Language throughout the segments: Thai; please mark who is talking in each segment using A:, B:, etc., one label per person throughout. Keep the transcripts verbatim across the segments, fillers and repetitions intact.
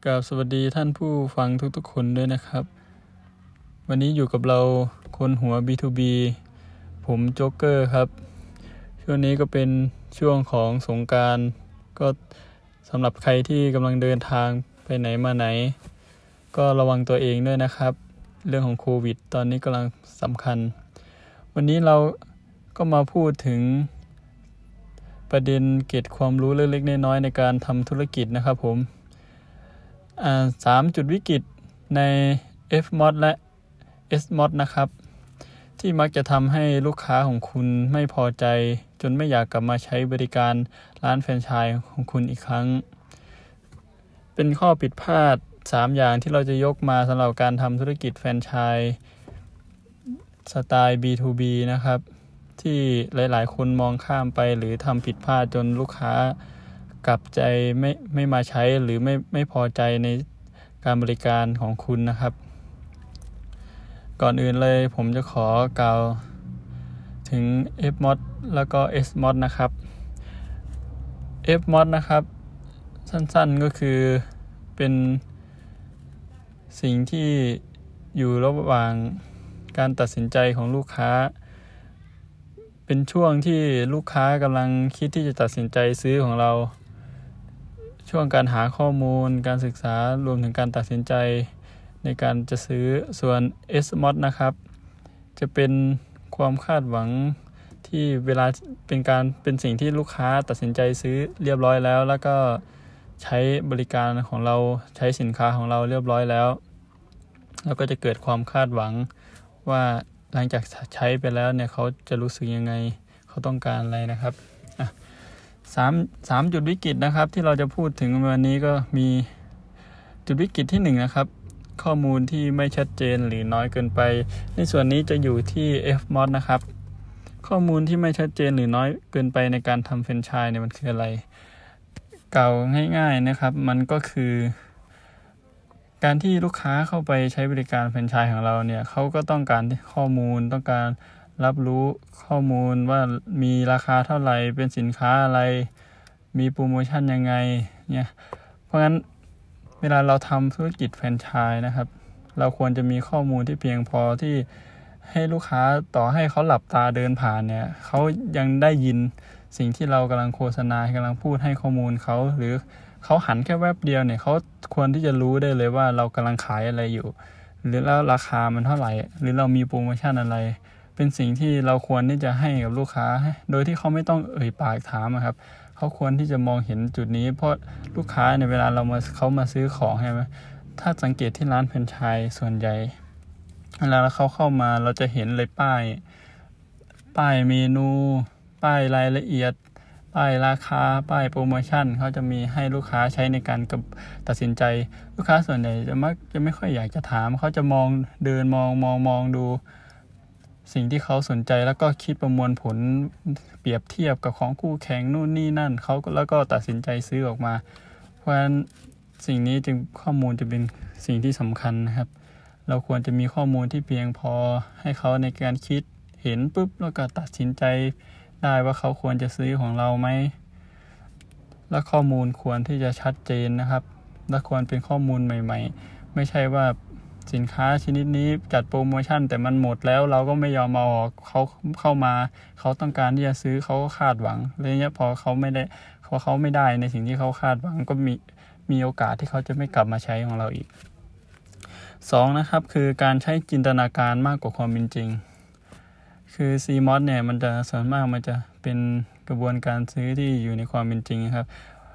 A: กับสวัสดีท่านผู้ฟังทุกๆคนด้วยนะครับวันนี้อยู่กับเราคนหัว บี ทู บี ผมโจ๊กเกอร์ครับช่วงนี้ก็เป็นช่วงของสงกรานต์ก็สำหรับใครที่กำลังเดินทางไปไหนมาไหนก็ระวังตัวเองด้วยนะครับเรื่องของโควิดตอนนี้กำลังสำคัญวันนี้เราก็มาพูดถึงประเด็นเกร็ดความรู้เล็กๆน้อยๆในการทำธุรกิจนะครับผมอ่าสามจุดวิกฤตใน เอฟ มอด และ เอส มอด นะครับที่มักจะทำให้ลูกค้าของคุณไม่พอใจจนไม่อยากกลับมาใช้บริการร้านแฟรนไชส์ของคุณอีกครั้งเป็นข้อผิดพลาดสามอย่างที่เราจะยกมาสำหรับการทำธุรกิจแฟรนไชส์สไตล์ บี ทู บี นะครับที่หลายๆคนมองข้ามไปหรือทำผิดพลาดจนลูกค้ากลับใจไม่ไม่มาใช้หรือไม่ไม่พอใจในการบริการของคุณนะครับก่อนอื่นเลยผมจะขอกล่าวถึง เอฟ มอด แล้วก็ เอส มอด นะครับ เอฟ มอด นะครับสั้นๆก็คือเป็นสิ่งที่อยู่ระหว่างการตัดสินใจของลูกค้าเป็นช่วงที่ลูกค้ากำลังคิดที่จะตัดสินใจซื้อของเราช่วงการหาข้อมูลการศึกษารวมถึงการตัดสินใจในการจะซื้อส่วน เอส มอด นะครับจะเป็นความคาดหวังที่เวลาเป็นการเป็นสิ่งที่ลูกค้าตัดสินใจซื้อเรียบร้อยแล้วแล้วก็ใช้บริการของเราใช้สินค้าของเราเรียบร้อยแล้วแล้วก็จะเกิดความคาดหวังว่าหลังจากใช้ไปแล้วเนี่ยเขาจะรู้สึกยังไงเขาต้องการอะไรนะครับอ่ะสาม สามจุดวิกฤตนะครับที่เราจะพูดถึงวันนี้ก็มีจุดวิกฤตที่หนึ่งนะครับข้อมูลที่ไม่ชัดเจนหรือน้อยเกินไปในส่วนนี้จะอยู่ที่ เอฟ มอด นะครับข้อมูลที่ไม่ชัดเจนหรือน้อยเกินไปในการทำแฟรนไชส์เนี่ยมันคืออะไรกล่าวง่ายๆนะครับมันก็คือการที่ลูกค้าเข้าไปใช้บริการแฟรนไชส์ของเราเนี่ยเขาก็ต้องการข้อมูลต้องการรับรู้ข้อมูลว่ามีราคาเท่าไหร่เป็นสินค้าอะไรมีโปรโมชั่นยังไงเนี่ยเพราะงั้นเวลาเราทำธุรกิจแฟรนไชส์นะครับเราควรจะมีข้อมูลที่เพียงพอที่ให้ลูกค้าต่อให้เขาหลับตาเดินผ่านเนี่ยเขายังได้ยินสิ่งที่เรากำลังโฆษณากำลังพูดให้ข้อมูลเขาหรือเขาหันแค่แวบเดียวเนี่ยเขาควรที่จะรู้ได้เลยว่าเรากำลังขายอะไรอยู่หรือแล้วราคามันเท่าไหร่หรือเรามีโปรโมชั่นอะไรเป็นสิ่งที่เราควรที่จะให้กับลูกค้าโดยที่เขาไม่ต้องเอ่ยปากถามครับเขาควรที่จะมองเห็นจุดนี้เพราะลูกค้าในเวลาเรามาเขามาซื้อของใช่ไหมถ้าสังเกตที่ร้านแฟรนไชส์ส่วนใหญ่เวลาเขาเข้ามาเราจะเห็นเลยป้ายป้ายเมนูป้ายรายละเอียดป้ายราคาป้ายโปรโมชั่นเขาจะมีให้ลูกค้าใช้ในการตัดสินใจลูกค้าส่วนใหญ่จะมักจะไม่ค่อยอยากจะถามเขาจะมองเดินมองมองมองดูสิ่งที่เขาสนใจแล้วก็คิดประมวลผลเปรียบเทียบกับของคู่แข่งนู่นนี่นั่นเขาแล้วก็ตัดสินใจซื้อออกมาเพราะฉะนั้นสิ่งนี้จึงข้อมูลจะเป็นสิ่งที่สำคัญนะครับเราควรจะมีข้อมูลที่เพียงพอให้เขาในการคิดเห็นปุ๊บแล้วก็ตัดสินใจได้ว่าเขาควรจะซื้อของเราไหมและข้อมูลควรที่จะชัดเจนนะครับและควรเป็นข้อมูลใหม่ๆไม่ใช่ว่าสินค้าชนิดนี้จัดโปรโมชั่นแต่มันหมดแล้วเราก็ไม่ยอมมาออกเขาเข้ามาเขาต้องการที่จะซื้อเขาก็คาดหวังเลยเนี้ยพอเขาไม่ได้พอเขาไม่ได้ในสิ่งที่เขาคาดหวังก็มีมีโอกาสที่เขาจะไม่กลับมาใช้ของเราอีกสองนะครับคือการใช้จินตนาการมากกว่าความเป็นจริงคือ ซี มอด เนี่ยมันจะส่วนมากมันจะเป็นกระบวนการซื้อที่อยู่ในความเป็นจริงครับ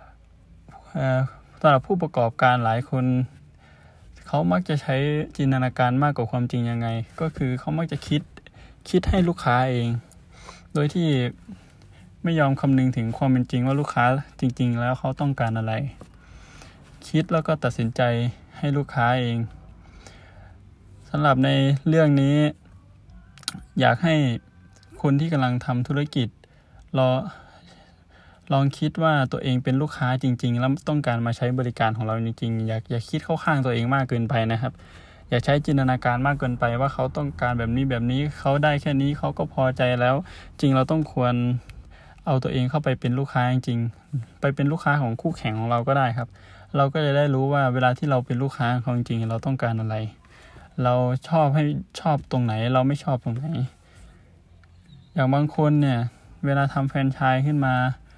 A: สำหรับผู้ประกอบการหลายคนเขามักจะใช้จินตนาการมากกว่าความจริงยังไงก็คือเขามักจะคิดคิดให้ลูกค้าเองโดยที่ไม่ยอมคำนึงถึงความเป็นจริงว่าลูกค้าจริงๆแล้วเขาต้องการอะไรคิดแล้วก็ตัดสินใจให้ลูกค้าเองสำหรับในเรื่องนี้อยากให้คนที่กำลังทำธุรกิจลองลองคิดว่าตัวเองเป็นลูกค้าจริงๆแล้วต้องการมาใช้บริการของเราจริงๆอย่าอย่าคิดเข้าข้างตัวเองมากเกินไปนะครับอย่าใช้จินตนาการมากเกินไปว่าเขาต้องการแบบนี้แบบนี้เขาได้แค่นี้เขาก็พอใจแล้วจริงเราต้องควรเอาตัวเองเข้าไปเป็นลูกค้าจริงๆไปเป็นลูกค้าของคู่แข่งของเราก็ได้ครับเราก็จะได้รู้ว่าเวลาที่เราเป็นลูกค้าของจริงเราต้องการอะไรเราชอบให้ชอบตรงไหนเราไม่ชอบตรงไหนอย่างบางคนเนี่ยเวลาทำแฟรนไชส์ขึ้นมา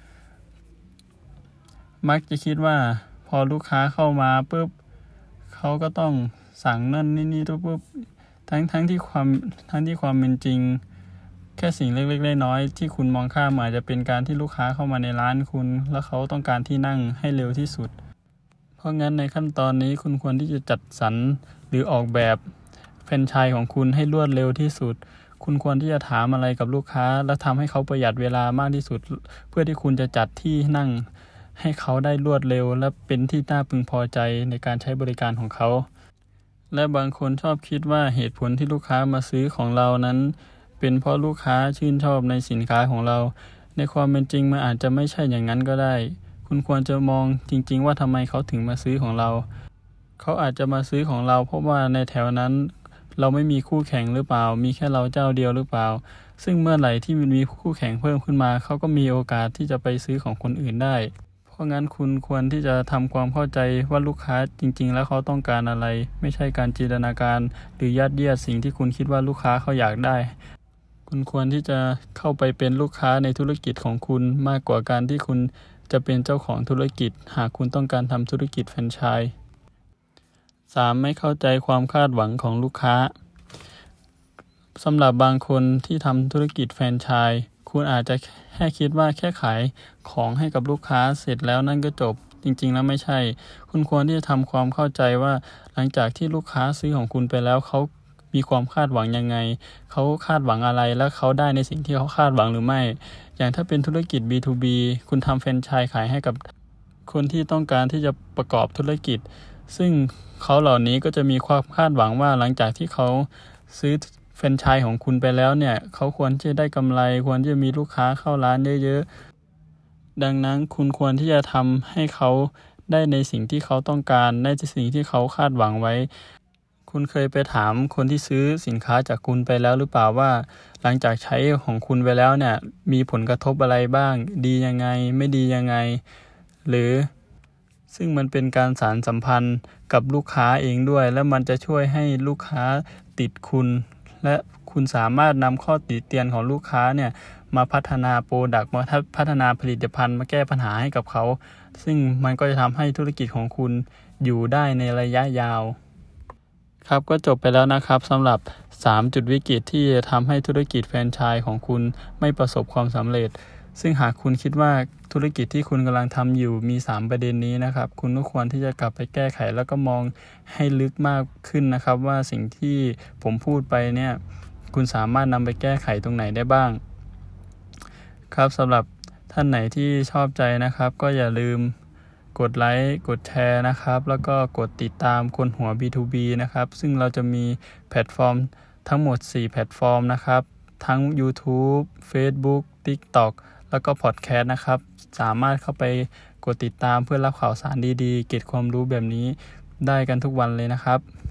A: มักจะคิดว่าพอลูกค้าเข้ามาปุ๊บเขาก็ต้องสั่งนั่นนี่นี่ปุ๊บทั้งทั้งที่ความทั้งที่ความเป็นจริงแค่สิ่งเล็กๆน้อยๆที่คุณมองข้ามอาจจะเป็นการที่ลูกค้าเข้ามาในร้านคุณแล้วเขาต้องการที่นั่งให้เร็วที่สุดเพราะงั้นในขั้นตอนนี้คุณควรที่จะจัดสรรหรือออกแบบแฟรนไชส์ของคุณให้รวดเร็วที่สุดคุณควรที่จะถามอะไรกับลูกค้าและทำให้เขาประหยัดเวลามากที่สุดเพื่อที่คุณจะจัดที่นั่งให้เขาได้รวดเร็วและเป็นที่น่าพึงพอใจในการใช้บริการของเขาและบางคนชอบคิดว่าเหตุผลที่ลูกค้ามาซื้อของเรานั้นเป็นเพราะลูกค้าชื่นชอบในสินค้าของเราในความเป็นจริงมันอาจจะไม่ใช่อย่างนั้นก็ได้คุณควรจะมองจริงๆว่าทำไมเขาถึงมาซื้อของเราเขาอาจจะมาซื้อของเราเพราะว่าในแถวนั้นเราไม่มีคู่แข่งหรือเปล่ามีแค่เราเจ้าเดียวหรือเปล่าซึ่งเมื่อไหร่ที่มีคู่แข่งเพิ่มขึ้นมาเขาก็มีโอกาสที่จะไปซื้อของคนอื่นได้เพราะงั้นคุณควรที่จะทำความเข้าใจว่าลูกค้าจริงๆแล้วเขาต้องการอะไรไม่ใช่การจินตนาการหรือยัดเยียดสิ่งที่คุณคิดว่าลูกค้าเขาอยากได้คุณควรที่จะเข้าไปเป็นลูกค้าในธุรกิจของคุณมากกว่าการที่คุณจะเป็นเจ้าของธุรกิจหากคุณต้องการทำธุรกิจแฟรนไชส์ สามไม่เข้าใจความคาดหวังของลูกค้าสำหรับบางคนที่ทำธุรกิจแฟรนไชส์คุณอาจจะแค่คิดว่าแค่ขายของให้กับลูกค้าเสร็จแล้วนั่นก็จบจริงๆแล้วไม่ใช่คุณควรที่จะทำความเข้าใจว่าหลังจากที่ลูกค้าซื้อของคุณไปแล้วเขามีความคาดหวังยังไงเขาคาดหวังอะไรและเขาได้ในสิ่งที่เขาคาดหวังหรือไม่อย่างถ้าเป็นธุรกิจ บี ทู บี คุณทำแฟรนไชส์ขายให้กับคนที่ต้องการที่จะประกอบธุรกิจซึ่งเขาเหล่านี้ก็จะมีความคาดหวังว่าหลังจากที่เขาซื้อแฟรนไชส์ของคุณไปแล้วเนี่ยเขาควรจะได้กำไรควรจะมีลูกค้าเข้าร้านเยอะๆดังนั้นคุณควรที่จะทำให้เขาได้ในสิ่งที่เขาต้องการในสิ่งที่เขาคาดหวังไว้คุณเคยไปถามคนที่ซื้อสินค้าจากคุณไปแล้วหรือเปล่าว่าหลังจากใช้ของคุณไปแล้วเนี่ยมีผลกระทบอะไรบ้างดียังไงไม่ดียังไงหรือซึ่งมันเป็นการสานสัมพันธ์กับลูกค้าเองด้วยและมันจะช่วยให้ลูกค้าติดคุณและคุณสามารถนำข้อติเตียนของลูกค้าเนี่ยมาพัฒนาโปรดักต์มาพัฒนาผลิตภัณฑ์มาแก้ปัญหาให้กับเขาซึ่งมันก็จะทำให้ธุรกิจของคุณอยู่ได้ในระยะยาวครับก็จบไปแล้วนะครับสำหรับสามจุดวิกฤตที่จะทำให้ธุรกิจแฟรนไชส์ของคุณไม่ประสบความสำเร็จซึ่งหากคุณคิดว่าธุรกิจที่คุณกำลังทำอยู่มีสามประเด็นนี้นะครับคุณก็ควรที่จะกลับไปแก้ไขแล้วก็มองให้ลึกมากขึ้นนะครับว่าสิ่งที่ผมพูดไปเนี่ยคุณสามารถนำไปแก้ไขตรงไหนได้บ้างครับสำหรับท่านไหนที่ชอบใจนะครับก็อย่าลืมกดไลค์กดแชร์นะครับแล้วก็กดติดตามคนหัว บี ทู บี นะครับซึ่งเราจะมีแพลตฟอร์มทั้งหมดสี่แพลตฟอร์มนะครับทั้ง YouTube Facebook TikTok แล้วก็พอดแคสต์นะครับสามารถเข้าไปกดติดตามเพื่อรับข่าวสารดีๆเก็บความรู้แบบนี้ได้กันทุกวันเลยนะครับ